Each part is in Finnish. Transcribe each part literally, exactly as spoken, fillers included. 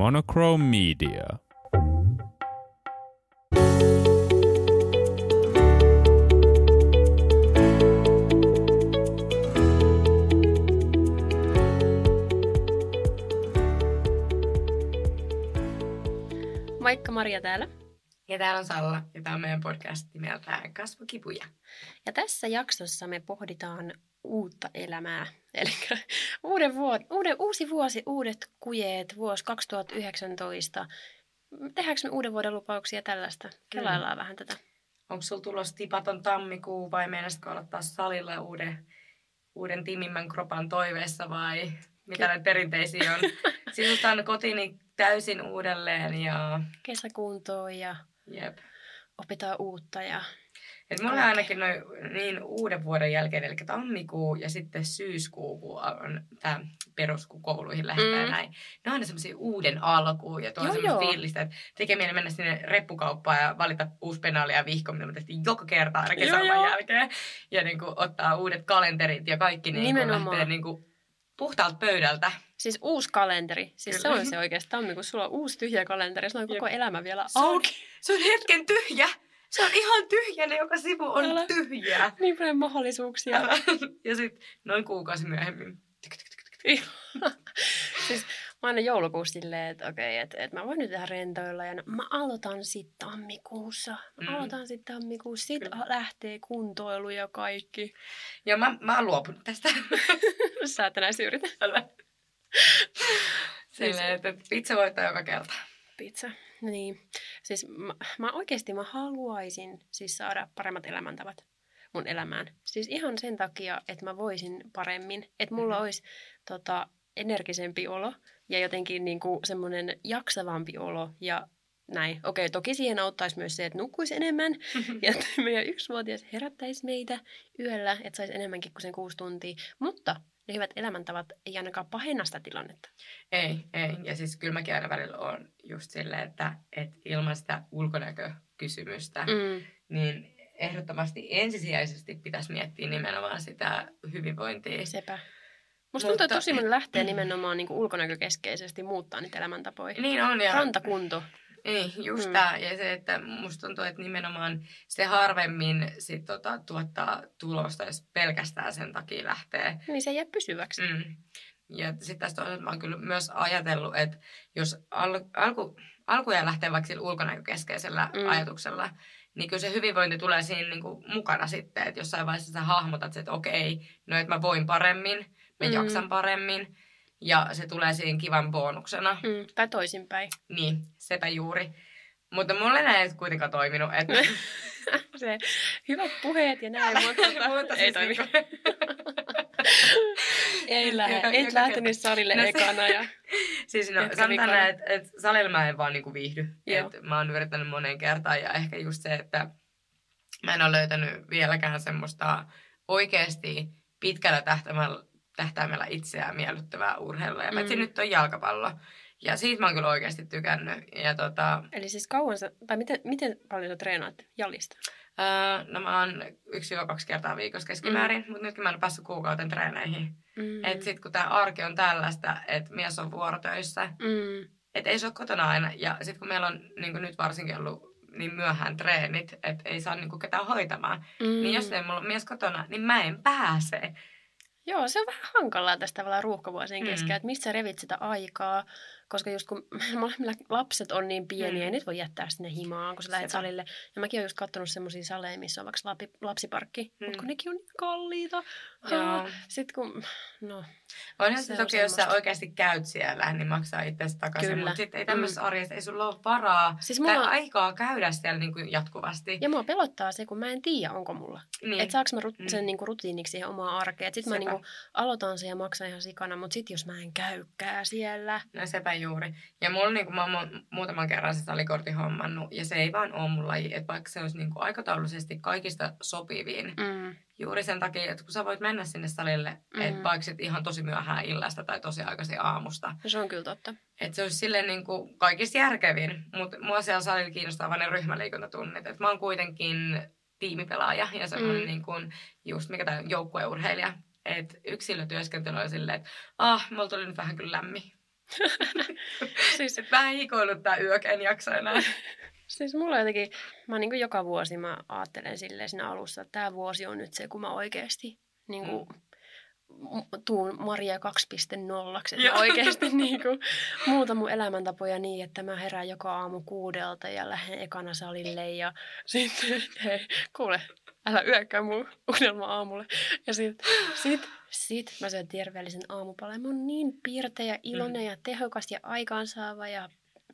Monochrome Media. Moikka, Maria täällä. Ja täällä on Salla, ja tämä on meidän podcast nimeltään Kasvokipuja. Ja tässä jaksossa me pohditaan uutta elämää. Eli uuden vuod- uuden, uusi vuosi, uudet kujeet, vuosi kaksituhattayhdeksäntoista. Tehdäänkö me uuden vuoden lupauksia tällaista? Kelaillaan mm. vähän tätä. Onko sulla tulossa tipaton tammikuu vai meinasitko aloittaa salilla uuden, uuden timimmän kropan toiveessa vai mitä näitä perinteisiä on? Sisustan kotini täysin uudelleen ja kesäkuntoon ja jep. Opitaan uutta. Ja et mulla ainakin noin niin uuden vuoden jälkeen, eli tammikuu ja sitten syyskuu, kun on tämä peruskuu kouluihin lähtee mm. näin. Ne on aina semmoisia uuden alkuun ja tuo on semmoista fiilistä, että tekee mieli mennä sinne reppukauppaan ja valita uusi penaali ja vihko, mitä me tehtiin joka kerta aina kesäloman jälkeen. Ja niin kuin ottaa uudet kalenterit ja kaikki niin kuin lähtee niin kuin puhtaalta pöydältä. Siis uusi kalenteri. Siis Kyllä. se on se oikeasti tammikuussa. Sulla on uusi tyhjä kalenteri. Sulla on koko Jep. elämä vielä auki. Se on, se on hetken tyhjä. Se on ihan tyhjä. Joka sivu on Älä. tyhjä. Niin paljon mahdollisuuksia. Älä. Ja sitten noin kuukausi myöhemmin. Siis mä aina joulukuussa silleen, että okei, että, että mä voin nyt tehdä rentoilla. Ja no, mä aloitan sitten tammikuussa. Mä mm. aloitan sitten tammikuussa. Sitten Kyllä. lähtee kuntoilu ja kaikki. Ja mä, mä oon luopunut tästä. Sä et enää syrjitä. Silleen, että pizza voittaa joka kerta. Pizza, no niin. Siis mä, mä oikeasti mä haluaisin siis saada paremmat elämäntavat mun elämään. Siis ihan sen takia, että mä voisin paremmin. Että mulla mm-hmm. olisi tota, energisempi olo ja jotenkin niinku semmoinen jaksavampi olo ja näin. Okei, toki siihen auttaisi myös se, että nukkuisi enemmän mm-hmm. ja että meidän yksivuotias herättäisi meitä yöllä, että saisi enemmänkin kuin sen kuusi tuntia. Mutta ne hyvät elämäntavat ei ainakaan pahenna sitä tilannetta. Ei, ei. Ja siis kyllä mäkin aina välillä on just silleen, että, että ilman sitä ulkonäkökysymystä, mm. niin ehdottomasti ensisijaisesti pitäisi miettiä nimenomaan sitä hyvinvointia. Sepä. Musta tuntuu, että tosi moni lähtee nimenomaan niin kuin ulkonäkökeskeisesti muuttaa niitä elämäntapoja. Niin on. Ja rantakunto. Ei, just mm. tämä. Ja se, että musta tuntuu, että nimenomaan se harvemmin sit, tota, tuottaa tulosta, jos pelkästään sen takia lähtee. Niin se ei jää pysyväksi. Mm. Ja sitten tästä toisaalta mä oon kyllä myös ajatellut, että jos al- alku, alkuja lähtee vaikka sillä ulkonäkökeskeisellä mm. ajatuksella, niin kyllä se hyvinvointi tulee siinä niinku mukana sitten. Että jossain vaiheessa sä hahmotat, että okei, no että mä voin paremmin, mä mm. jaksan paremmin. Ja se tulee siinä kivan bonuksena. Mm, tai toisinpäin. Niin, sepä juuri. Mutta mulle näin ei kuitenkaan toiminut. Että se, hyvät puheet ja näin. Mutta, mutta ei toimi. Niinku ei lähde. Joka, et lähtenyt salille no ekana. Ja siis no, sanotaan näin, että et salilla mä en vaan niinku viihdy. Et mä oon yrittänyt moneen kertaan. Ja ehkä just se, että mä en ole löytänyt vieläkään semmoista oikeasti pitkällä tähtäimellä tähtäimellä itseään miellyttävää urheilua. Ja mm. paitsi nyt on jalkapallo. Ja siitä mä oon kyllä oikeasti tykännyt. Ja tota, eli siis kauan sä, tai miten, miten paljon sä treenaat jalista? Öö, no mä oon yksi vai kaksi kertaa viikossa keskimäärin. Mm. Mutta nytkin mä oon päässyt kuukauden treeneihin. Mm. Että sit kun tää arki on tällaista, että mies on vuorotöissä. Mm. Että ei se ole kotona aina. Ja sit kun meillä on niin nyt varsinkin ollut niin myöhään treenit, että ei saa niin ketään hoitamaan. Mm. Niin jos ei mulla ole mies kotona, niin mä en pääse. Joo, se on vähän hankalaa tästä tavallaan ruuhkavuosien keskellä, mm. että mistä sä revit sitä aikaa, koska just kun molemmilla lapset on niin pieniä, mm. niin nyt voi jättää sinne himaan, kun sä lähdet salille. Ja mäkin oon just kattonut semmosia saleja, missä on vaikka lapi, lapsiparkki, mm. mutta kun nekin on niin kalliita. Joo. Sitten kun, no. Onhan se toki, jos sä oikeasti käyt siellä, niin maksaa itsestä takaisin. Mutta sitten ei tämmöisessä mm. arjessa, ei sulla ole varaa siis mulla tai aikaa käydä siellä niin kuin jatkuvasti. Ja mua pelottaa se, kun mä en tiedä, onko mulla. Niin. Että saaks mä rut- sen mm. niin kuin rutiiniksi siihen omaan arkeen. Sitten mä niin kuin aloitan sen ja maksan ihan sikana, mutta sitten jos mä en käykään siellä. No sepä juuri. Ja mulla niin kuin mä oon muutaman kerran se salikortin hommannut, ja se ei vaan ole mun laji. Että vaikka se olisi niin kuin aikataulullisesti kaikista sopivin, mm. juuri sen takia, että kun sä voit mennä sinne salille, mm. että vaikka sit ihan tosi myöhään illasta tai tosi aikaisin aamusta. Se on kyllä totta. Että se olisi silleen niin kuin kaikista järkevin, mutta mua siellä salilla kiinnostaa vain ne ryhmäliikuntatunnit. Että mä oon kuitenkin tiimipelaaja ja semmoinen mm. niin kuin just mikä tämä joukkueurheilija. Että yksilötyöskentely on silleen, että ah, mulla tuli nyt vähän kyllä lämmin. siis vähän hikoiluttaa yök, en jaksa enää. Siis mulla jotenkin, mä niin kuin joka vuosi mä ajattelen silleen siinä alussa, että tämä vuosi on nyt se, kun mä oikeasti niin kuin, mm. tuun Maria kaksi piste nolla, että oikeasti niin kuin, muuta mun elämäntapoja niin, että mä herään joka aamu kuudelta ja lähden ekana salille ja sitten, hei, kuule, älä yökkää mun unelma aamulle. Ja sit, sit, sit mä syön terveellisen aamupalan. Mä oon niin pirteä, iloinen mm. ja tehokas ja aikaansaava ja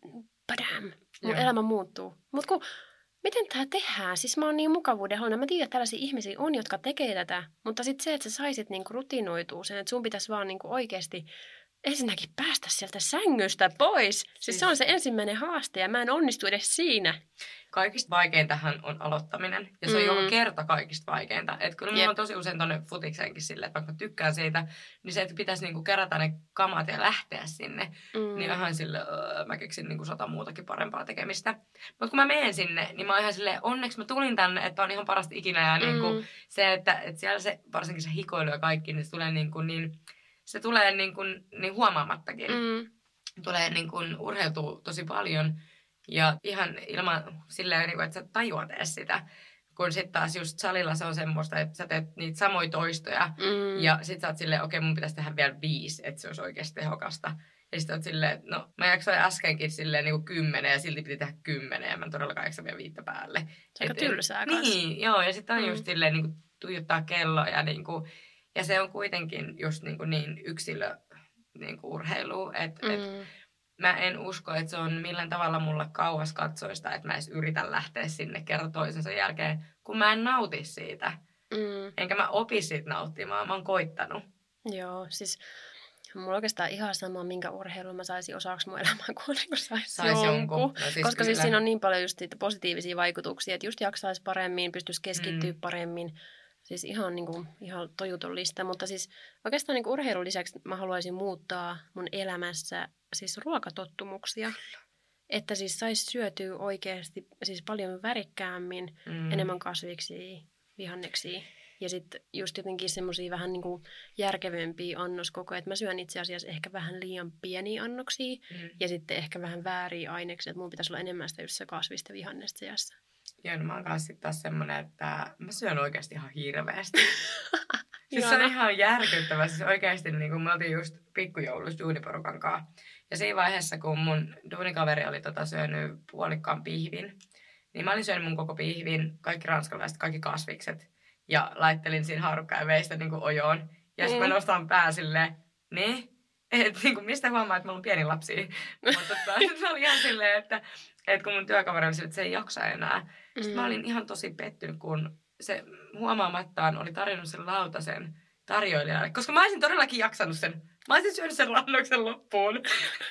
padam, mun Joo. elämä muuttuu. Mut kun, miten tää tehdään? Siis mä oon niin mukavuuden halunnut. Mä tiedän, että tällaisia ihmisiä on, jotka tekee tätä. Mutta sit se, että sä saisit niinku rutinoitua sen, että sun pitäisi vaan niinku oikeesti ensinnäkin päästä sieltä sängystä pois. Siis, siis se on se ensimmäinen haaste ja mä en onnistu edes siinä. Kaikista vaikeintahan on aloittaminen. Ja se on mm. joka kerta kaikista vaikeinta. Että kyllä mulla on tosi usein tonne futikseenkin silleen, että vaikka mä tykkään siitä, niin se, että pitäisi niinku kerätä ne kamat ja lähteä sinne. Mm. Niin ihan silleen, öö, mä keksin niinku sata muutakin parempaa tekemistä. Mutta kun mä menen sinne, niin mä oon ihan silleen, onneksi mä tulin tänne, että on ihan parasta ikinä. Ja niinku mm. se, että, että siellä se, varsinkin se hikoilu ja kaikki, niin se tulee niinku niin... Se tulee niin, kuin, niin huomaamattakin. Mm. Tulee niin kuin urheiltua tosi paljon ja ihan ilman silleen, että sä tajuat edes sitä. Kun sitten taas just salilla se on semmoista, että sä teet niitä samoja toistoja mm. ja sit sä oot silleen, okei, okay, mun pitäisi tehdä vielä viisi, että se olisi oikeasti tehokasta. Ja sit oot silleen, että no mä jaksoin äskenkin silleen niin kuin kymmenen ja silti piti tehdä kymmenen ja mä en todellakaan jaksa vielä viittä päälle. Se on aika tylsää kanssa. Niin, joo, ja sitten on mm. just silleen niin kuin tuijottaa kelloa ja niin kuin ja se on kuitenkin just niin, kuin niin yksilö niin kuin urheilu, että mm. et mä en usko, että se on millään tavalla mulla kauas katsoista, että mä edes yritän lähteä sinne kerta toisensa jälkeen, kun mä en nauti siitä. Mm. Enkä mä opi siitä nauttimaan, mä oon koittanut. Joo, siis mulla on oikeastaan ihan sama, minkä urheilun mä saisin osaksi mun elämään, kun sais sais jonkun. No siis Koska kyllä. siis siinä on niin paljon just positiivisia vaikutuksia, että just jaksaisi paremmin, pystyisi keskittyä mm. paremmin. Siis ihan, niin kuin, ihan tojuton lista, mutta siis oikeastaan niin kuin urheilun lisäksi mä haluaisin muuttaa mun elämässä siis ruokatottumuksia. Että siis saisi syötyä oikeasti siis paljon värikkäämmin, mm. enemmän kasviksia, vihanneksia. Ja sitten just jotenkin semmoisia vähän niin kuin järkevämpiä annoskokoja. Että mä syön itse asiassa ehkä vähän liian pieniä annoksia mm. ja sitten ehkä vähän vääriä aineksia. Että mun pitäisi olla enemmän sitä just se kasvista vihannesta seassa. Joo, no mä oon kanssa sitten taas semmonen, että mä syön oikeasti ihan hirveästi. Siis se on ihan järkyttävää. Siis oikeasti niin kun me oltiin just pikkujoulussa duuniporukan kanssa. Ja siinä vaiheessa, kun mun duunikaveri oli tota syönyt puolikkaan pihvin, niin mä olin syönyt mun koko pihvin, kaikki ranskalaiset, kaikki kasvikset. Ja laittelin siinä haarukkaan ja veistä niin kuin ojoon. Ja mm. sitten mä nostan pää silleen, niin, että niin mistä huomaa, että mulla on pieni lapsia. Mutta se oli ihan silleen, että, että kun mun työkaveri oli silleen, että se ei jaksa enää. Mm. Sitten mä olin ihan tosi pettynyt, kun se huomaamattaan oli tarjonnut sen lautasen tarjoilijalle. Koska mä olisin todellakin jaksanut sen. Mä olisin syönyt sen rannoksen loppuun.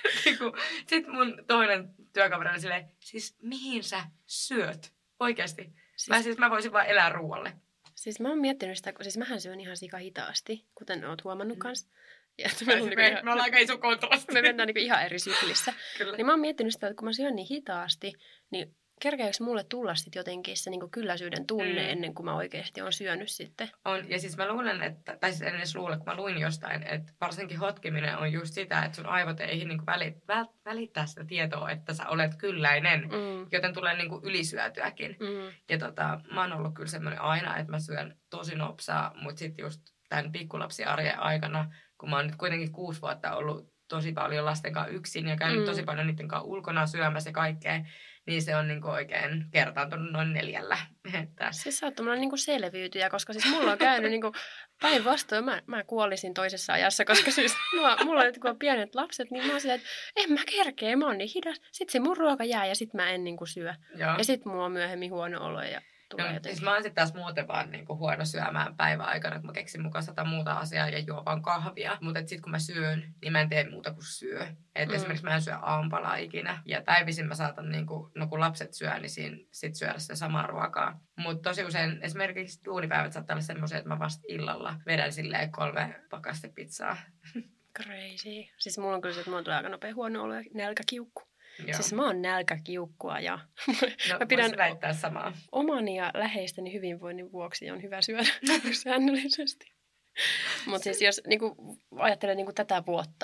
Sitten mun toinen työkaveri oli silleen, siis mihin sä syöt? Oikeasti. Siis... Mä, siis, mä voisin vaan elää ruoalle. Siis mä oon miettinyt sitä, siis mähän syön ihan sika hitaasti, kuten oot huomannut kanssa. Ja me, me, niinku ihan, me ollaan aika iso kontrasti. Me mennään niinku ihan eri syklissä. Niin mä oon miettinyt sitä, että kun mä syön niin hitaasti, niin kerkeekö mulle tulla sitten jotenkin se niinku kylläisyyden tunne mm. ennen kuin mä oikeasti oon syönyt sitten? On, ja siis mä luulen, että, tai siis en edes luule, kun mä luin jostain, että varsinkin hotkiminen on just sitä, että sun aivot ei niinku välit, väl, välittää sitä tietoa, että sä olet kylläinen, mm. joten tulee niinku ylisyötyäkin. Mm. Ja tota, mä oon ollut kyllä semmoinen aina, että mä syön tosi nopsaa, mutta sitten just tämän pikkulapsiarjen aikana, kun mä oon nyt kuitenkin kuusi vuotta ollut tosi paljon lasten kanssa yksin ja käynyt mm. tosi paljon niiden kanssa ulkona syömässä ja kaikkea, niin se on niinku oikein kertaantunut noin neljällä. Että... Siis sä oot tommoinen niinku selviytyjä, koska siis mulla on käynyt niinku päinvastoin. Mä, mä kuolisin toisessa ajassa, koska siis mulla, mulla on, kun on pienet lapset, niin mä oon silleen, että en mä kerkeä, mä oon niin hidas. Sitten se mun ruoka jää ja sit mä en niinku syö. Joo. Ja sit mulla on myöhemmin huono olo ja tulee no, jotenkin. Siis mä oon sit taas muuten vaan niinku huono syömään päivän aikana, että mä keksin mukaan sata muuta asiaa ja juo vaan kahvia. Mutta sit kun mä syön, niin mä en tee muuta kuin syö. Et mm. esimerkiksi mä en syö aamupalaa ikinä. Ja päivisin mä saatan, niinku, no kun lapset syö, niin siinä sit syödä sitä samaa ruokaa. Mutta tosi usein esimerkiksi duunipäivät saattaa olla semmoisia, että mä vasta illalla vedän silleen kolme pakastepizzaa. Crazy. Siis mulla on kyllä se, että mulla tulee aika nopea huono olo ja nälkäkiukku. Joo. Siis mä oon nälkäkiukkua ja no, mä pidän väittää samaa. Oman ja läheisteni hyvinvoinnin vuoksi on hyvä syödä säännöllisesti. Mutta siis jos niinku, ajattelen niinku tätä vuotta,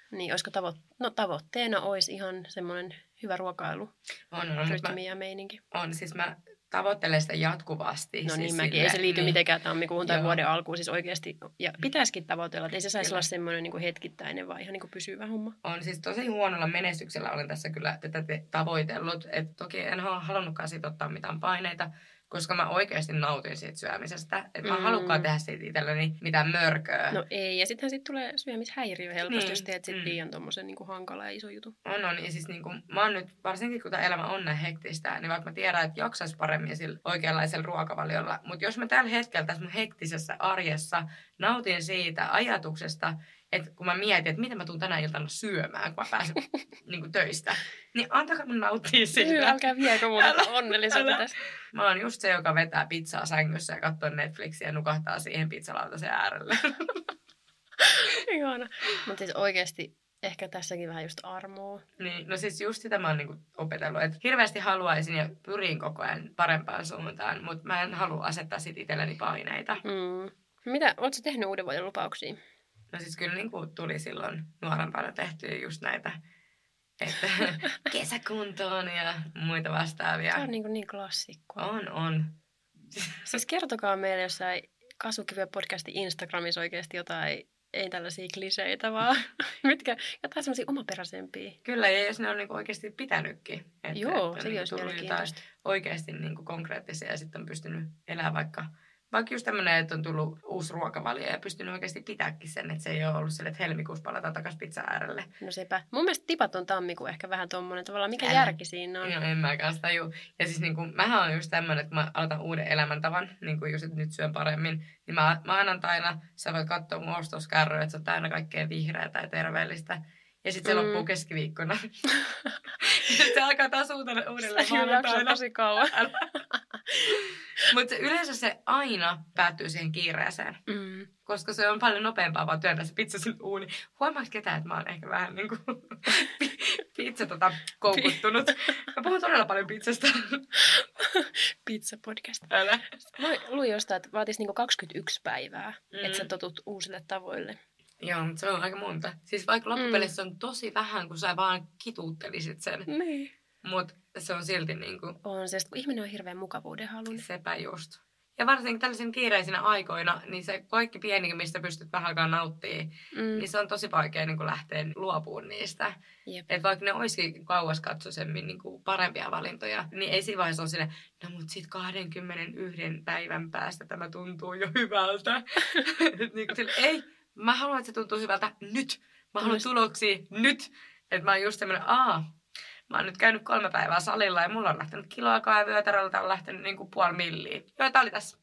Niin, olisiko tavo- no, tavoitteena olisi ihan semmoinen hyvä ruokailu, on, on, rytmi mä, ja meininki. on, siis mä tavoittelen sitä jatkuvasti. No siis niin, mäkin. Sille, Ei se liity niin, mitenkään tammikuun tai joo. vuoden alkuun, siis oikeasti. Ja pitäisikin tavoitella, että ei se saisi Kyllä. olla semmoinen niin kuin hetkittäinen, vaan ihan niin kuin pysyvä homma. On siis tosi huonolla menestyksellä olen tässä kyllä tätä te- tavoitellut. Et toki en ole halunnutkaan siitä ottaa mitään paineita, koska mä oikeasti nautin siitä syömisestä. Että mä Mm. halukaan tehdä siitä itselleni mitään mörköä. No ei, ja sittenhän siitä tulee syömishäiriö helposti, Niin, jos teet sit mm. liian tommosen niin kuin hankala ja iso juttu. On, on. Ja siis niin kuin, mä oon nyt, varsinkin kun tämä elämä on näin hektistä, niin vaikka mä tiedän, että jaksaisi paremmin sillä oikeanlaisella ruokavaliolla. Mutta jos mä tällä hetkellä tässä mun hektisessä arjessa nautin siitä ajatuksesta, että kun mä mietin, että miten mä tuun tänä iltana syömään, kun mä pääsen niin kuin töistä, niin antakaa mun nauttia siitä. Hyvä, älkää viekö mun onnellisuutta tästä. Mä oon just se, joka vetää pizzaa sängyssä ja katsoo Netflixiä ja nukahtaa siihen pizzalautasen äärelle. Ihana. Mutta siis oikeasti ehkä tässäkin vähän just armoa. Niin, no siis just sitä mä oon niinku opetellut, että hirveästi haluaisin ja pyrin koko ajan parempaan suuntaan, mutta mä en halua asettaa sit itselleni paineita. Mm. Mitä, ootko tehnyt uuden vuoden lupauksia? No siis kyllä niinku tuli silloin nuorempana tehtyä just näitä, että kesäkuntoon ja muita vastaavia. Se on niin, niin klassikko. On, on. Siis kertokaa meille jossain Kasvukiviä podcastin Instagramissa oikeasti jotain, ei tällaisia kliseitä, vaan mitkä, jotain semmoisia omaperäisempiä. Kyllä, ja jos ne on niinku oikeasti pitänytkin. Että, Joo, että sekin niinku olisi tullut mielenkiintoista. oikeasti niinku konkreettisia ja sitten on pystynyt elämään vaikka, vaikka just tämmöinen, että on tullut uusi ruokavalio ja pystynyt oikeasti pitääkin sen, että se ei ole ollut sille, että helmikuussa palataan takaisin pizzan äärelle. No sepä. Mun mielestä tipaton tammikuu ehkä vähän tommonen tavallaan, mikä Älä. järki siinä on. No en mäkään sitä juu. Ja siis niinku, mähän on just tämmöinen, että mä aloitan uuden elämäntavan, niin kuin just, että nyt syön paremmin. Niin mä maanantaina sä voit katsoa mun ostoskärryä, että se on täynnä kaikkea vihreää ja terveellistä. Ja sitten se mm. loppuu keskiviikkona. Sitten se alkaa taas uudelleen, uudelleen Se kyllä jaksaa maanantaina. tosi kauan. Mutta yleensä se aina päättyy siihen kiireeseen. Mm. Koska se on paljon nopeampaa vaan työntää se pizza sinne uuniin. Huomaatko ketään, että mä oon ehkä vähän niinku pizza tota koukuttunut. Mä puhun todella paljon pizzasta. Pizza podcast. Älä. Mä luin jostain, että vaatisi niinku kaksikymmentäyksi päivää, Mm. että sä totut uusille tavoille. Joo, mutta se on aika monta. Siis vaikka loppupelissä on tosi vähän, kun sä vaan kituuttelisit sen. Niin. Mutta se on silti niinku On se, kun ihminen on hirveän mukavuuden halunnut. sepä just. Ja varsinkin tällaisen kiireisinä aikoina, niin se kaikki pieni, mistä pystyt vähän aikaa nauttimaan, Mm. niin se on tosi vaikea niin kuin lähteä luopumaan niistä. Jep. Että vaikka ne olisikin kauaskatsoisemmin niin kuin parempia valintoja, niin ei siinä vaiheessa ole silleen, no mut sit kaksikymmentäyksi päivän päästä tämä tuntuu jo hyvältä. niin kuin sille, ei, mä haluan, että se tuntuu hyvältä nyt. Mä haluan tuloksia nyt. Että mä oon just semmoinen, aa, mä oon nyt käynyt kolme päivää salilla ja mulla on lähtenyt kiloakaan ja vyötäröltä on lähtenyt niinku puoli milliä. Joo, tää oli tässä.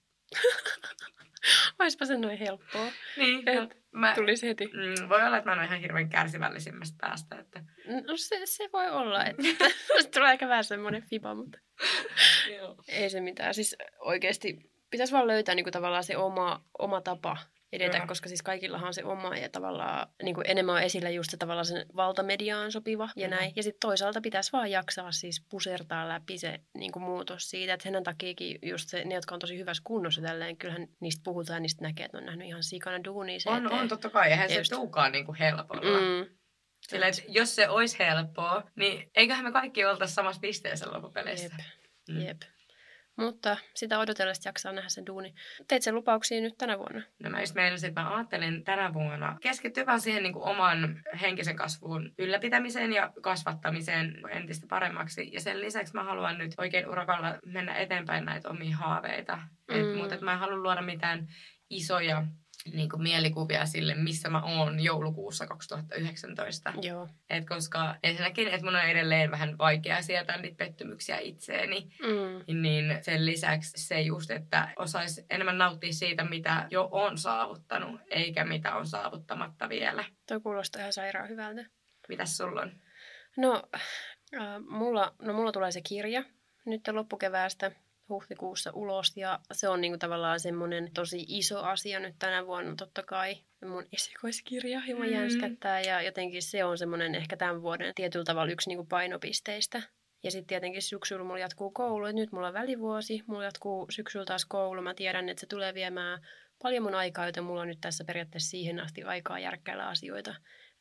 Oispa se noin helppoa. Niin, Et no, mä, tulisi heti. mm, voi olla, että mä en ole ihan hirveän kärsivällisimmästä päästä. Että. No se, se voi olla, että se tulee ehkä vähän semmoinen fiba, mutta Joo. ei se mitään. Siis oikeasti pitäisi vaan löytää niinku tavallaan se oma, oma tapa edetä, Joo. koska siis kaikillahan on se oma ja tavallaan niinku enemmän on esillä just se tavallaan sen valtamediaan sopiva ja Mm. näin. Ja sitten toisaalta pitäisi vaan jaksaa siis pusertaa läpi se niinku muutos siitä, että sen takiakin just se, ne, jotka on tosi hyvässä kunnossa tälleen, kyllähän niistä puhutaan ja niistä näkee, että ne on nähnyt ihan sikana duunia se On, eteen. on totta kai, eihän Ja se just- tuukaan niinku helpolla. Mm. Mm. Sillä, että jos se olisi helppoa, niin eiköhän me kaikki oltaisi samassa pisteessä loppupeleissä. Jep. Mm. Jep. Mutta sitä odotellessa jaksaa nähdä sen duuni. Teit sen lupauksia nyt tänä vuonna? No mä just meinasin, että mä ajattelin tänä vuonna keskittyä vaan siihen niin kuin oman henkisen kasvun ylläpitämiseen ja kasvattamiseen entistä paremmaksi. Ja sen lisäksi mä haluan nyt oikein urakalla mennä eteenpäin näitä omia haaveita. Mm. Et, mutta et mä en halua luoda mitään isoja niin kuin mielikuvia sille, missä mä oon joulukuussa kaksituhattayhdeksäntoista. Joo. Et koska ensinnäkin, että mun on edelleen vähän vaikea sietää niitä pettymyksiä itseeni. Mm. Niin sen lisäksi se just, että osaisi enemmän nauttia siitä, mitä jo on saavuttanut, eikä mitä on saavuttamatta vielä. Toi kuulostaa ihan sairaan hyvältä. Mitäs sulla on? No, äh, mulla, no, mulla tulee se kirja nyt loppukeväästä huhtikuussa ulos ja se on niinku tavallaan semmoinen tosi iso asia nyt tänä vuonna totta kai. Mun esikoiskirja hieman Mm. jänskättää ja jotenkin se on semmoinen ehkä tämän vuoden tietyllä tavalla yksi niinku painopisteistä. Ja sitten tietenkin syksyllä mulla jatkuu koulu, että nyt mulla on välivuosi, mulla jatkuu syksyllä taas koulu. Mä tiedän, että se tulee viemään paljon mun aikaa, joten mulla on nyt tässä periaatteessa siihen asti aikaa järkkäillä asioita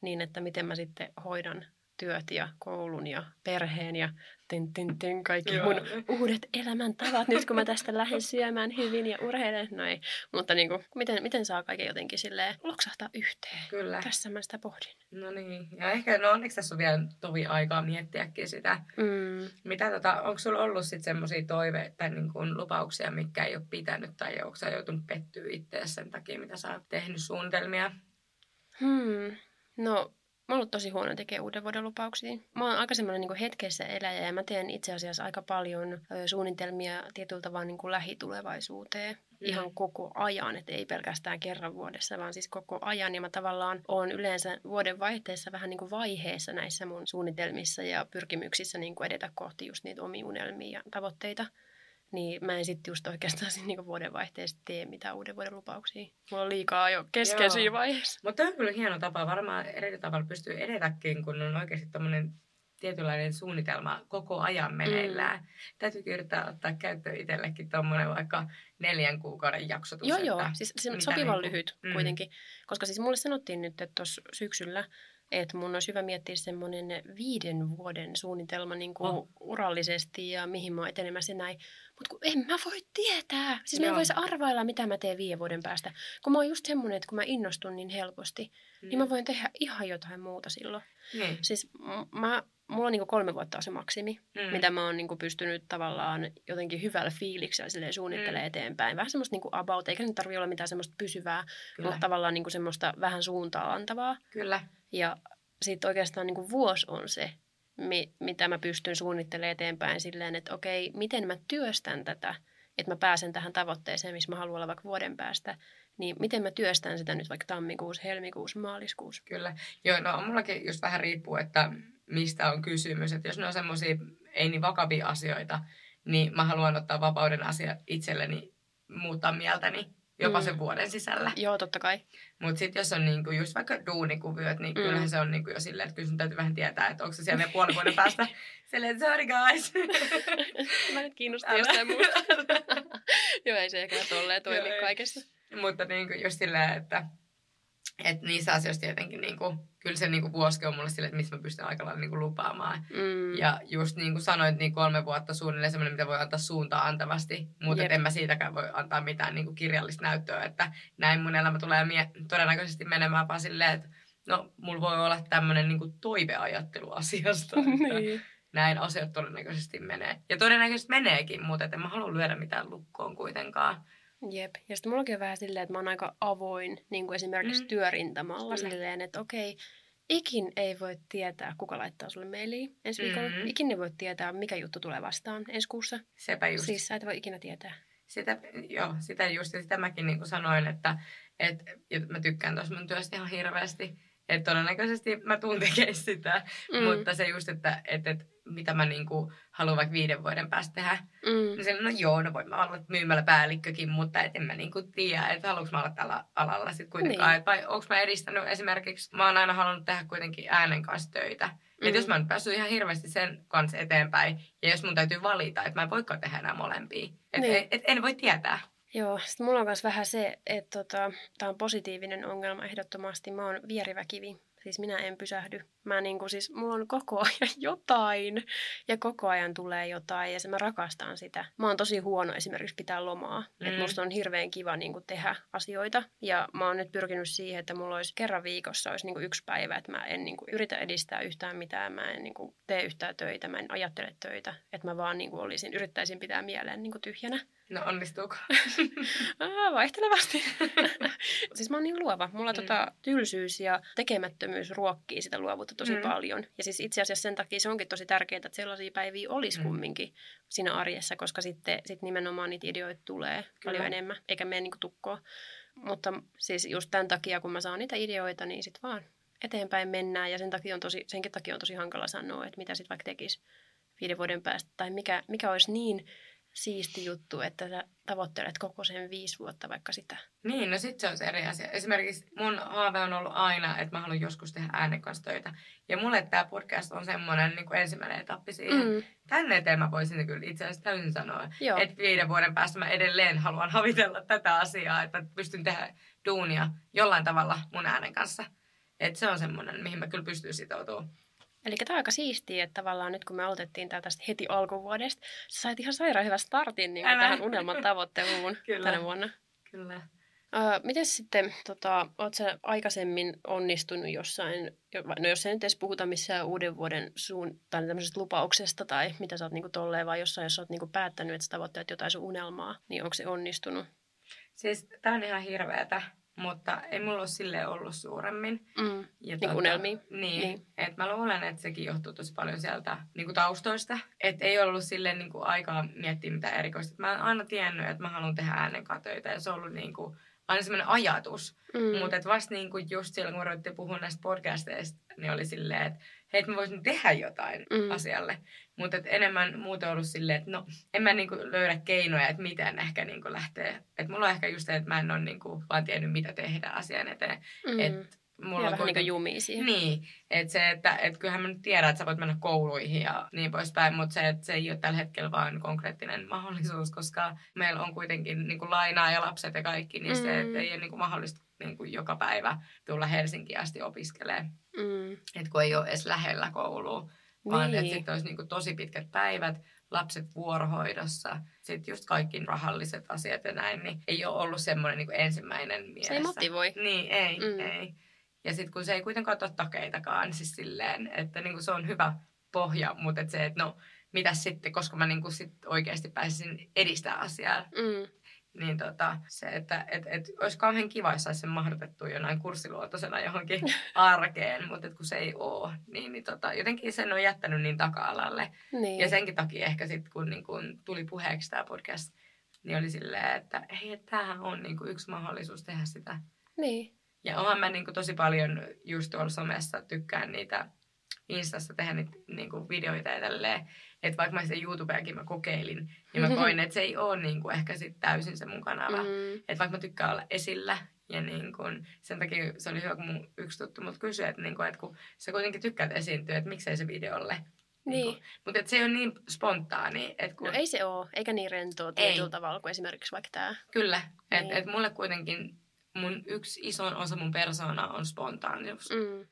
niin että miten mä sitten hoidan työt ja koulun ja perheen ja tin, tin, tin, kaikki Joo. mun uudet elämäntavat nyt, kun mä tästä lähden syömään hyvin ja urheilen. No ei, mutta niin kuin, miten, miten saa kaiken jotenkin silleen loksahtaa yhteen? Kyllä. Tässä mä sitä pohdin. No niin. Ja ehkä, no onneksi tässä on vielä tovi aikaa miettiäkin sitä. Mm. Mitä tota, onko sulla ollut sitten semmoisia toiveita tai niin kuin lupauksia, mitkä ei ole pitänyt tai onko sä joutunut pettyä itseäsi sen takia, mitä sä oot tehnyt suunnitelmia? Hmm. No, mä oon ollut tosi huono tekee uuden vuoden lupauksia. Mä oon aika semmoinen niin hetkessä eläjä ja mä teen itse asiassa aika paljon ö, suunnitelmia tietyltä vaan niin kuin lähitulevaisuuteen. Mm. Ihan koko ajan, että ei pelkästään kerran vuodessa, vaan siis koko ajan. Ja mä tavallaan oon yleensä vuoden vaihteessa vähän niin kuin vaiheessa näissä mun suunnitelmissa ja pyrkimyksissä niin kuin edetä kohti just niitä omia unelmia ja tavoitteita. Niin mä en sitten just oikeastaan niin vuodenvaihteessa tee mitään uuden vuoden lupauksia. Mulla on liikaa jo kesken siinä vaiheessa. Mutta on kyllä hieno tapa. Varmaan eri tavalla pystyy edetäkin, kun on oikeasti tommoinen tietynlainen suunnitelma koko ajan meneillään. Mm. Täytyy yrittää ottaa käyttöön itsellekin tommoinen vaikka neljän kuukauden jaksotus. Joo, joo. Siis se sopivan niin lyhyt mm. kuitenkin. Koska siis mulle sanottiin nyt, että tuossa syksyllä, että mun olisi hyvä miettiä semmoinen viiden vuoden suunnitelma niin kuin oh. urallisesti ja mihin mä oon etenemässä näin. Mutta kun en mä voi tietää. Siis mä en voisi arvailla, mitä mä teen viiden vuoden päästä. Kun mä oon just semmoinen, että kun mä innostun niin helposti, mm. niin mä voin tehdä ihan jotain muuta silloin. Mm. Siis mä, mulla on niin kuin kolme vuotta on se maksimi, mm. mitä mä oon niin kuin pystynyt tavallaan jotenkin hyvällä fiiliksellä suunnittelemaan mm. eteenpäin. Vähän semmoista niin kuin about, eikä nyt tarvitse olla mitään semmoista pysyvää, Kyllä. mutta tavallaan niin kuin semmoista vähän suuntaa antavaa. Kyllä. Ja sitten oikeastaan niin kuin vuosi on se, mi- mitä mä pystyn suunnittelemaan eteenpäin silleen, että okei, miten mä työstän tätä, että mä pääsen tähän tavoitteeseen, missä mä haluan olla vaikka vuoden päästä, niin miten mä työstän sitä nyt vaikka tammikuussa, helmikuussa, maaliskuussa. Kyllä. Joo, no mullakin just vähän riippuu, että mistä on kysymys. Että jos ne on semmoisia ei niin vakavia asioita, niin mä haluan ottaa vapauden asia itselleni, muuttaa mieltäni. Jopa mm. sen vuoden sisällä. Joo, totta kai. Mutta sitten jos on niinku just vaikka duunikuviot, niin mm. kyllähän se on niinku jo silleen, että kyllä sun täytyy vähän tietää, että onko se siellä vielä puolen vuoden päästä silleen, sorry guys. Mä nyt kiinnostaa jostain muusta. Joo, ei se ehkä tolleen toimi Joo, kaikessa. Mutta niinku just silleen, että et niissä asioissa tietenkin niinku, kyllä se niinku vuosi on mulle silleen, että missä mä pystyn aika lailla niinku lupaamaan. Mm. Ja just niin kuin sanoit, niin kolme vuotta suunnilleen semmoinen, mitä voi antaa suuntaan antavasti. Mutta en mä siitäkään voi antaa mitään niinku kirjallista näyttöä, että näin mun elämä tulee mie- todennäköisesti menemään vaan silleen, että no, mulla voi olla tämmöinen niinku toiveajattelu asiasta. niin. Näin asiat todennäköisesti menee. Ja todennäköisesti meneekin, mutta en mä halua lyödä mitään lukkoon kuitenkaan. Jep. Ja sitten mullakin on vähän silleen, että mä oon aika avoin, niin kuin esimerkiksi mm. työrintamalla Kyllä. silleen, että okei, ikin ei voi tietää, kuka laittaa sulle mailia ensi viikolla. Mm-hmm. Ikin ei voi tietää, mikä juttu tulee vastaan ensi kuussa. Sepä just. Siis sä et voi ikinä tietää. Sitä, joo, sitä just, ja sitä mäkin niin kuin sanoin, että et, mä tykkään tuossa mun työstä ihan hirveästi. Että todennäköisesti mä tuun tekemään sitä, mm. mutta se just, että et, et, mitä mä niinku haluan vaikka viiden vuoden päästä tehdä. Mm. Niin se, no joo, no voin mä olla myymällä päällikkökin, mutta et en mä niinku tiedä, että haluanko mä olla tällä alalla sit kuitenkaan. Niin. Et vai onko mä edistänyt esimerkiksi, mä oon aina halunnut tehdä kuitenkin äänen kanssa töitä. Mm. Että jos mä oon päässyt ihan hirveästi sen kanssa eteenpäin, ja jos mun täytyy valita, että mä en voikaan tehdä enää molempia. Että niin. et, et, en voi tietää. Joo, sitten mulla on myös vähän se, että tota, tämä on positiivinen ongelma ehdottomasti. Mä oon vierivä kivi. Siis minä en pysähdy. Mä niinku siis, mulla on koko ajan jotain ja koko ajan tulee jotain ja se mä rakastan sitä. Mä oon tosi huono esimerkiksi pitää lomaa. Mm. Että musta on hirveän kiva niinku tehdä asioita ja mä oon nyt pyrkinyt siihen, että mulla olisi kerran viikossa olisi niinku yksi päivä, että mä en niinku yritä edistää yhtään mitään. Mä en niinku tee yhtään töitä, mä en ajattele töitä. Että mä vaan niinku olisin, yrittäisin pitää mieleen niinku tyhjänä. No onnistuuko? ah, vaihtelevasti. Siis mä oon niin luova. Mulla mm. tota, tylsyys ja tekemättömyys ruokkii sitä luovuutta tosi mm. paljon. Ja siis itse asiassa sen takia se onkin tosi tärkeää, että sellaisia päiviä olisi mm. kumminkin siinä arjessa, koska sitten sit nimenomaan niitä ideoita tulee Kyllä. paljon enemmän, eikä mene niinku tukkoon. Mutta siis just tämän takia, kun mä saan niitä ideoita, niin sit vaan eteenpäin mennään. Ja sen takia on tosi, senkin takia on tosi hankala sanoa, että mitä sit vaikka tekisi viiden vuoden päästä. Tai mikä, mikä olisi niin siisti juttu, että sä tavoittelet koko sen viisi vuotta vaikka sitä. Niin, no sit se on se eri asia. Esimerkiksi mun haave on ollut aina, että mä haluan joskus tehdä äänen kanssa töitä. Ja mulle tää podcast on semmoinen niin kuin ensimmäinen etappi siihen. Mm. Tänne eteen mä voisin kyllä itse asiassa täysin sanoa, Joo. että viiden vuoden päästä mä edelleen haluan havitella tätä asiaa, että pystyn tehdä duunia jollain tavalla mun äänen kanssa. Että se on semmoinen, mihin mä kyllä pystyn sitoutumaan. Eli tämä on aika siistiä, että tavallaan nyt kun me aloitettiin tää tästä heti alkuvuodesta, sä sait ihan sairaan hyvän startin niin tähän unelman tavoitteluun tänä vuonna. Kyllä. Uh, miten sitten, tota, oot sä aikaisemmin onnistunut jossain, no jos ei nyt edes puhuta missään uuden vuoden suun, tai tämmöisestä lupauksesta tai mitä sä oot niinku tolleen, vai jossain, jos sä oot niinku päättänyt, että sä tavoitteet jotain sun unelmaa, niin onko se onnistunut? Siis tää on ihan hirveetä, mutta ei mulla ole silleen ollut suuremmin. Mm, ja niin tuota, unelmia. Niin, niin. Että mä luulen, että sekin johtuu tosi paljon sieltä niin taustoista. Että ei ollut silleen niin aikaa miettiä mitään erikoista. Mä oon aina tiennyt, että mä haluan tehdä äänen töitä ja se on ollut niin kuin aina semmoinen ajatus. Mm. Mutta vasta niinku just silloin, kun me ruvettiin puhua näistä podcasteista, niin oli silleen, että hei, että mä voisin tehdä jotain mm. asialle. Mutta enemmän muuten ollut silleen, että no, en mä niinku löydä keinoja, että miten ehkä niinku lähtee. Että mulla on ehkä just se, että mä en ole niinku vaan tiennyt, mitä tehdä asian eteen. Mm. Että mulla ja vähän niin kuin jumia siihen. Niin, että se, että et kyllähän mä nyt tiedän, että sä voit mennä kouluihin ja niin poispäin, mutta se, että se ei ole tällä hetkellä vaan konkreettinen mahdollisuus, koska meillä on kuitenkin niin kuin lainaa ja lapset ja kaikki, niin mm. se, että ei ole niin kuin mahdollista niin kuin joka päivä tulla Helsinkiin asti opiskelemaan. Mm. Että kun ei ole edes lähellä koulua, vaan niin. Että sitten olisi niin kuin tosi pitkät päivät, lapset vuorohoidossa, sitten just kaikki rahalliset asiat ja näin, niin ei ole ollut semmoinen niin kuin ensimmäinen mielessä. Se ei motivoi. Niin, ei, mm. ei. Ja sitten kun se ei kuitenkaan ole takeitakaan, siis silleen, että niinku se on hyvä pohja, mutta et se, että no, mitäs sitten, koska mä niinku sit oikeasti pääsisin edistää asiaa. Mm. Niin tota, se, että et, et, olisi kauhean kiva, jos saisi sen mahdotettua jonain kurssiluotoisena johonkin arkeen, mutta kun se ei ole, niin, niin tota, jotenkin sen on jättänyt niin taka-alalle. Niin. Ja senkin takia ehkä sitten, kun niin kun tuli puheeksi tämä podcast, niin oli silleen, että hei, että tämähän on niin kun yksi mahdollisuus tehdä sitä. Niin. Ja onhan mä niin kuin tosi paljon just tuolla somessa tykkään niitä Instassa tehdä niitä niin kuin videoita ja tälleen. Että vaikka mä sitä YouTubeakin mä kokeilin, niin mä koin, että se ei ole niin kuin ehkä sit täysin se mun kanava. Mm. Että vaikka mä tykkään olla esillä ja niin kuin, sen takia se oli hyvä, kun mun yksi tuttu mut kysyi, että, niin kuin, että kun sä kuitenkin tykkäät esiintyä, että miksei se videolle. Niin. Niin mutta se ei ole niin spontaani. Että kun... No ei se ole, eikä niin rentoa tietyllä tavalla kuin esimerkiksi vaikka tää. Kyllä, että niin. et mulle kuitenkin... Mun yksi iso osa mun persoonaa on spontaanius. Mm.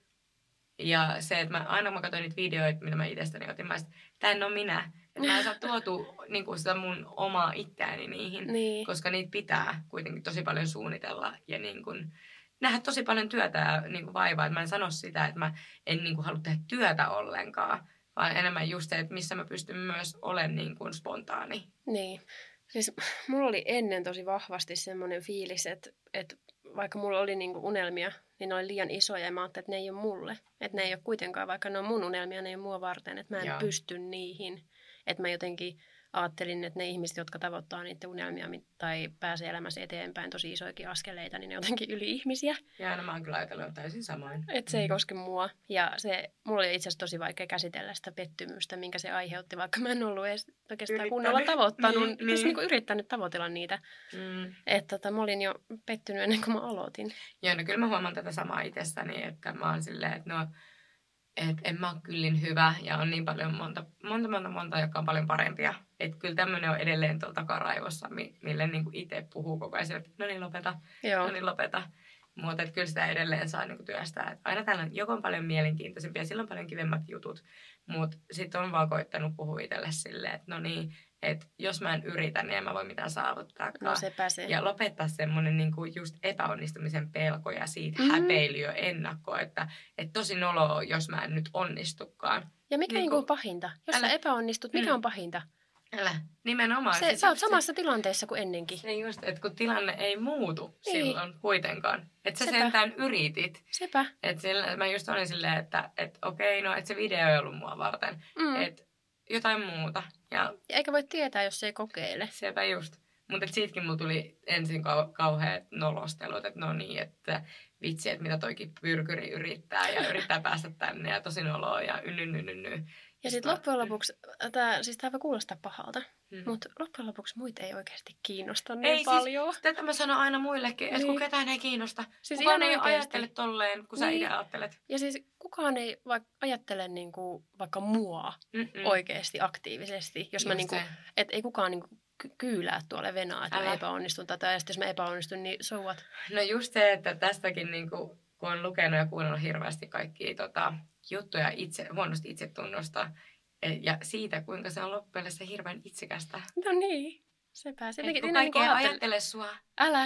Ja se, että mä, aina kun mä katsoin niitä videoita, mitä mä itsestäni otin, mä sanoin, että tää en ole minä. Että mä en saa tuotu niin kuin sitä mun omaa itseäni niihin, niin. Koska niitä pitää kuitenkin tosi paljon suunnitella ja niin kuin, nähdä tosi paljon työtä ja niin kuin vaivaa. Että mä en sano sitä, että mä en niin kuin halua tehdä työtä ollenkaan, vaan enemmän just se, että missä mä pystyn myös olemaan niin kuin spontaani. Niin. Siis mulla oli ennen tosi vahvasti semmoinen fiilis, että, että vaikka mulla oli niinku unelmia, niin ne oli liian isoja ja mä ajattelin, että ne ei ole mulle. Että ne ei ole kuitenkaan, vaikka ne on mun unelmia, ne ei ole mua varten, että mä en Joo. pysty niihin. Että mä jotenkin ajattelin, että ne ihmiset, jotka tavoittaa niiden unelmia tai pääsee elämässä eteenpäin tosi isoikin askeleita, niin ne on jotenkin yli-ihmisiä. Ja no mä oon kyllä ajatellut täysin samoin. Että se ei koske mua. Ja se, mulla oli itse asiassa tosi vaikea käsitellä sitä pettymystä, minkä se aiheutti, vaikka mä en ollut edes oikeastaan kunnolla tavoittanut. Niin, niin. Niin kuin yrittänyt tavoitella niitä. Mm. Että tota, mä olin jo pettynyt ennen kuin mä aloitin. Joo, no kyllä mä huomaan tätä samaa itsestäni, että mä oon silleen, että no... Että en mä ole kyllin hyvä ja on niin paljon monta, monta, monta, monta, jotka on paljon parempia. Että kyllä tämmöinen on edelleen tuolla takaraivossa, mille niinku itse puhuu koko ajan. Että no niin, lopeta, Joo. no niin, lopeta. Mutta kyllä sitä edelleen saa niinku työstää. Et aina täällä on joko on paljon mielenkiintoisempia, sillä on paljon kivemmat jutut. Mutta sitten on vaan koittanut puhua itselle silleen, että no niin, että jos mä en yritä, niin en mä voi mitään saavuttaa. No sepä se. Ja lopettaa semmoinen niinku just epäonnistumisen pelko ja siitä mm-hmm. häpeilyä ennakkoa, että et tosi noloa, jos mä en nyt onnistukaan. Ja mikä niin kuin pahinta? Jos älä, sä epäonnistut, mikä mm. on pahinta? Älä, nimenomaan. Se, sä oot samassa se, tilanteessa kuin ennenkin. Se just, että kun tilanne ei muutu ei. silloin kuitenkaan. Että sä Sepä. sentään yritit. Sepä. Että mä just olin silleen, että et, okei, no että se video ei ollut mua varten. Mm. Että jotain muuta. Ja, ja eikä voi tietää, jos se ei kokeile. Sepä just. Mutta siitäkin mulla tuli ensin kau- kauheat nolostelut, että no niin, että vitsi, että mitä toikin pyrkyri yrittää ja yrittää päästä tänne ja tosi noloa ja ynnynnynnynny. Ja sitten loppujen lopuksi, tää, siis tämä voi kuulostaa pahalta, hmm. mutta loppujen lopuksi muita ei oikeasti kiinnosta niin ei, paljon. Siis, tätä mä sanon aina muillekin, että niin. kun ketään ei kiinnosta. Siis kukaan ei ajattele tolleen, kun niin. sä itse ajattelet. Ja siis kukaan ei vaikka ajattele niinku, vaikka mua Mm-mm. oikeasti aktiivisesti. Jos mä niinku, et ei kukaan niinku kyylää tuolle venaa, että mä epäonnistun tätä ja sitten jos mä epäonnistun, niin so what? No just se, että tästäkin niinku... kun on lukenut ja kuunnellut hirveästi kaikkia tota, juttuja itse, huonosta itsetunnosta ja siitä, kuinka se on loppujen lopuksi hirveän itsekästä. No niin, sepä. Se kun kaikki ei ajattele sua. Älä.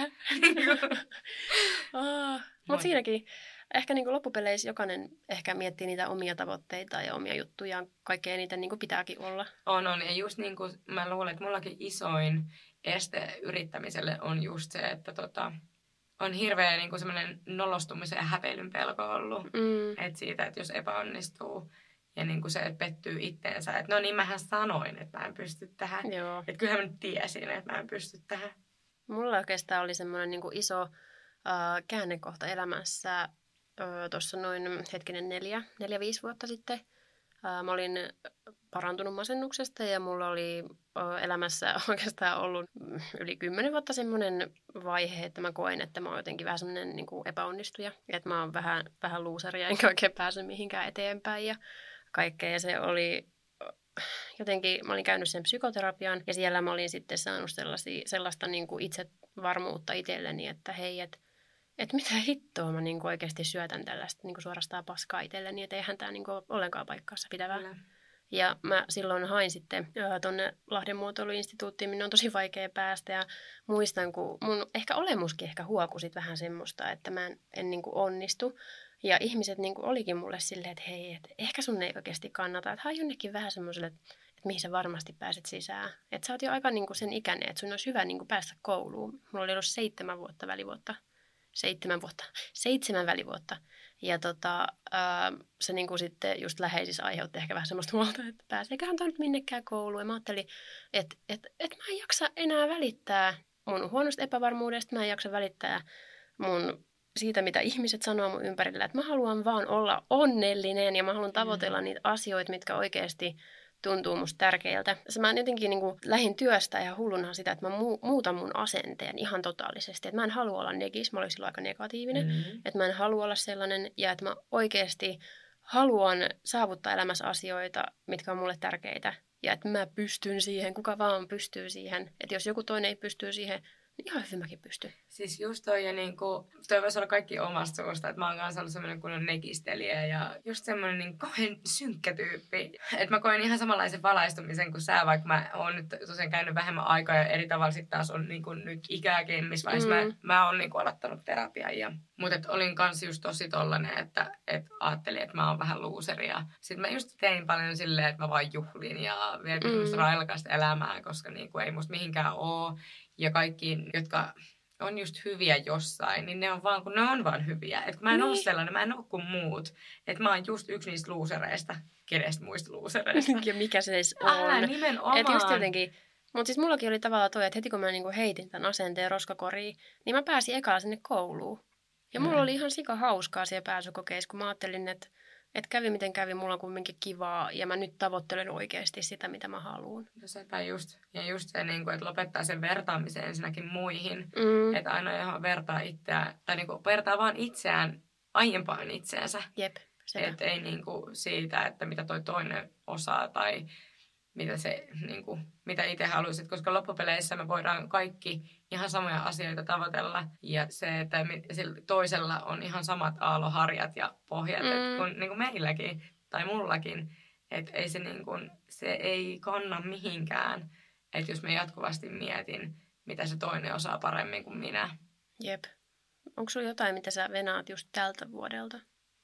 oh, Mutta siinäkin ehkä niin kuin loppupeleissä jokainen ehkä miettii niitä omia tavoitteita ja omia juttujaan. Kaikkea niitä niin kuin pitääkin olla. On, on. Ja just niin kuin mä luulen, että mullakin isoin este yrittämiselle on just se, että tota, on hirveä niin kuin semmoinen nolostumisen ja häpeilyn pelko ollut. Mm. Että siitä, että jos epäonnistuu ja niin kuin se, että pettyy itteensä. Että no niin, mähän sanoin, että mä en pysty tähän. Joo. Että kyllähän mä nyt tiesin, että mä en pysty tähän. Mulla oikeastaan oli semmoinen niin kuin iso äh, käännekohta elämässä äh, tuossa noin hetkinen neljä, neljä, viisi vuotta sitten. Äh, mä olin parantunut masennuksesta ja mulla oli äh, elämässä oikeastaan ollut yli kymmenen vuotta semmoinen vaihe, että mä koin, että mä oon jotenkin vähän semmoinen niin kuin epäonnistuja. Että mä oon vähän, vähän loseria enkä oikein pääse mihinkään eteenpäin ja kaikkea. Ja se oli jotenkin, mä olin käynyt sen psykoterapian ja siellä mä olin sitten saanut sellaista niin kuin itsevarmuutta itselleni, että hei, että et mitä hittoa mä niin kuin oikeasti syötän tällaista niin kuin suorastaan paskaa itselleni, että eihän tämä niin kuin ole ollenkaan paikkaansa pitävää. Kyllä. Ja mä silloin hain sitten tuonne Lahden muotoiluinstituuttiin, minne on tosi vaikea päästä ja muistan, kun mun ehkä olemuskin ehkä huokui sit vähän semmoista, että mä en, en niin kuin onnistu. Ja ihmiset niin kuin olikin mulle silleen, että hei, että ehkä sun ei oikeasti kannata, että hae jonnekin vähän semmoiselle, että mihin sä varmasti pääset sisään. Että sä oot jo aika niin kuin sen ikäinen, että sun olisi hyvä niin kuin päästä kouluun. Mulla oli ollut seitsemän vuotta välivuotta. Seitsemän vuotta. Seitsemän välivuotta. Ja tota, ää, se niin kuin sitten just läheisissä aiheutti ehkä vähän semmoista huolta, että pääseeköhän toi nyt minnekään kouluun. Ja mä ajattelin, että, että, että mä en jaksa enää välittää mun huonosta epävarmuudesta. Mä en jaksa välittää mun siitä, mitä ihmiset sanoo mun ympärillä. Että mä haluan vaan olla onnellinen ja mä haluan tavoitella mm. niitä asioita, mitkä oikeasti tuntuu musta tärkeältä. Mä jotenkin niin kuin lähdin työstä ja hullunhan sitä, että mä muutan mun asenteen ihan totaalisesti. Että mä en halua olla negis, mä olin silloin aika negatiivinen. Mm-hmm. Että mä en halua olla sellainen ja että mä oikeasti haluan saavuttaa elämässä asioita, mitkä on mulle tärkeitä. Ja että mä pystyn siihen, kuka vaan pystyy siihen. Että jos joku toinen ei pysty siihen, niin ihan hyvin mäkin pystyn. Siis just toi, ja niinku, toi voisi olla kaikki omasta suusta, että mä oon kanssa ollut semmoinen kunnon negistelijä ja just semmoinen niin kauhean synkkä tyyppi. Että mä koen ihan samanlaisen valaistumisen kuin sä, vaikka mä oon nyt tosiaan käynyt vähemmän aikaa ja eri tavalla sitten taas on niinku nyt ikääkin, missä vaiheessa mm. mä, mä oon niinku aloittanut terapian. Ja, mutta et olin kanssa just tosi tollanen, että et ajattelin, että mä oon vähän looseri. Ja sit mä just tein paljon silleen, että mä vaan juhlin ja vietin mm. railakasta elämää, koska niinku ei musta mihinkään oo. Ja kaikki, jotka on just hyviä jossain, niin ne on vaan, kun ne on vaan hyviä. Että kun mä en niin. ole sellainen, mä en ole kuin muut. Että mä oon just yksi niistä luusereista, kenestä muista luusereista. Ja mikä se edes on. Älä, nimenomaan. Että just jotenkin, mutta siis mullakin oli tavallaan toi, että heti kun mä niinku heitin tämän asenteen roskakoriin, niin mä pääsin ekalla sinne kouluun. Ja mulla mm. oli ihan sika hauskaa siellä pääsykokeissa, kun mä ajattelin, että Että kävi miten kävi, mulla on kumminkin kivaa ja mä nyt tavoittelen oikeasti sitä, mitä mä haluan. No sepä just. Ja just se, niin kuin, että lopettaa sen vertaamisen ensinnäkin muihin. Mm. Että aina johon vertaa itseään, tai niin kuin, vertaa vaan itseään aiempaan itseensä. Jep. Että ei niin kuin, siitä, että mitä toi toinen osaa tai mitä, se, niin kuin, mitä itse haluaisit. Koska loppupeleissä me voidaan kaikki ihan samoja asioita tavoitella. Ja se, että toisella on ihan samat aaloharjat ja pohjat mm. että kun, niin kuin meilläkin tai mullakin. Että ei se, niin kuin, se ei kanna mihinkään. Että jos mä jatkuvasti mietin, mitä se toinen osaa paremmin kuin minä. Jep. Onko sulla jotain, mitä sä venaat just tältä vuodelta?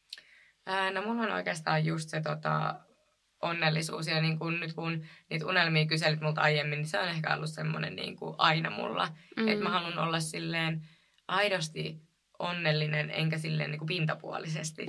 Ää, no mulla on oikeastaan just se tota, onnellisuus. Ja niin kun, nyt kun niitä unelmia kyselit multa aiemmin, niin se on ehkä ollut semmoinen niin kuin aina mulla. Mm. Että mä haluan olla silleen aidosti onnellinen, enkä silleen niin kuin pintapuolisesti.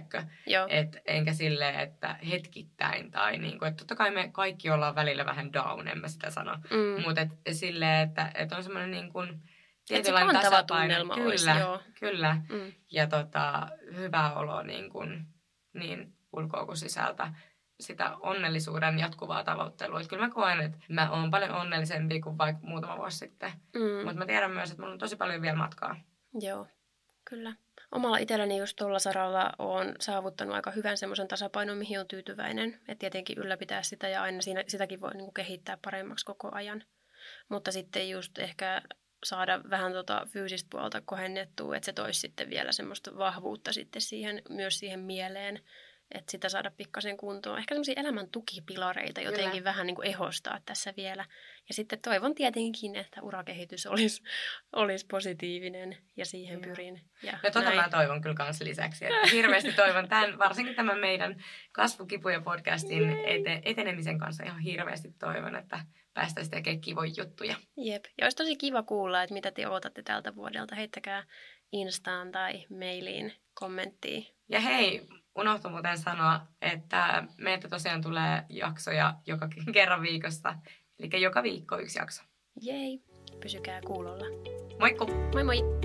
Et, enkä silleen, että hetkittäin. Tai niin kuin, että totta kai me kaikki ollaan välillä vähän down, en mä sitä sano. Mm. Mutta silleen, että, että on semmoinen niin kuin tietynlainen tasapaino. Kyllä, olisi, joo. kyllä. Mm. Ja tota, hyvä olo niin, kuin, niin ulkoa kuin sisältä. Sitä onnellisuuden jatkuvaa tavoittelua. Että kyllä mä koen, että mä oon paljon onnellisempi kuin vaikka muutama vuosi sitten. Mm. Mutta mä tiedän myös, että mulla on tosi paljon vielä matkaa. Joo, kyllä. Omalla itselläni just tuolla saralla oon saavuttanut aika hyvän semmoisen tasapainon, mihin on tyytyväinen. Että tietenkin ylläpitää sitä ja aina siinä, sitäkin voi niinku kehittää paremmaksi koko ajan. Mutta sitten just ehkä saada vähän tota fyysistä puolta kohennettua, että se toisi sitten vielä semmoista vahvuutta sitten siihen, myös siihen mieleen, että sitä saada pikkasen kuntoon. Ehkä semmoisia elämän tukipilareita jotenkin Kyllä. vähän niin kuin ehostaa tässä vielä. Ja sitten toivon tietenkin, että urakehitys olisi, olisi positiivinen ja siihen Joo. pyrin. Ja, ja tota näin. Mä toivon kyllä kans lisäksi. Että hirveästi toivon tämän, varsinkin tämän meidän Kasvukipuja podcastin ete, etenemisen kanssa ihan hirveästi toivon, että päästäisiin tekemään kivoja juttuja. Jep. Ja olisi tosi kiva kuulla, että mitä te odotatte tältä vuodelta. Heittäkää Instaan tai mailiin kommenttia. Ja hei, unohtui muuten sanoa, että meiltä tosiaan tulee jaksoja joka kerran viikossa. Eli joka viikko yksi jakso. Jei, pysykää kuulolla. Moikku! Moi moi!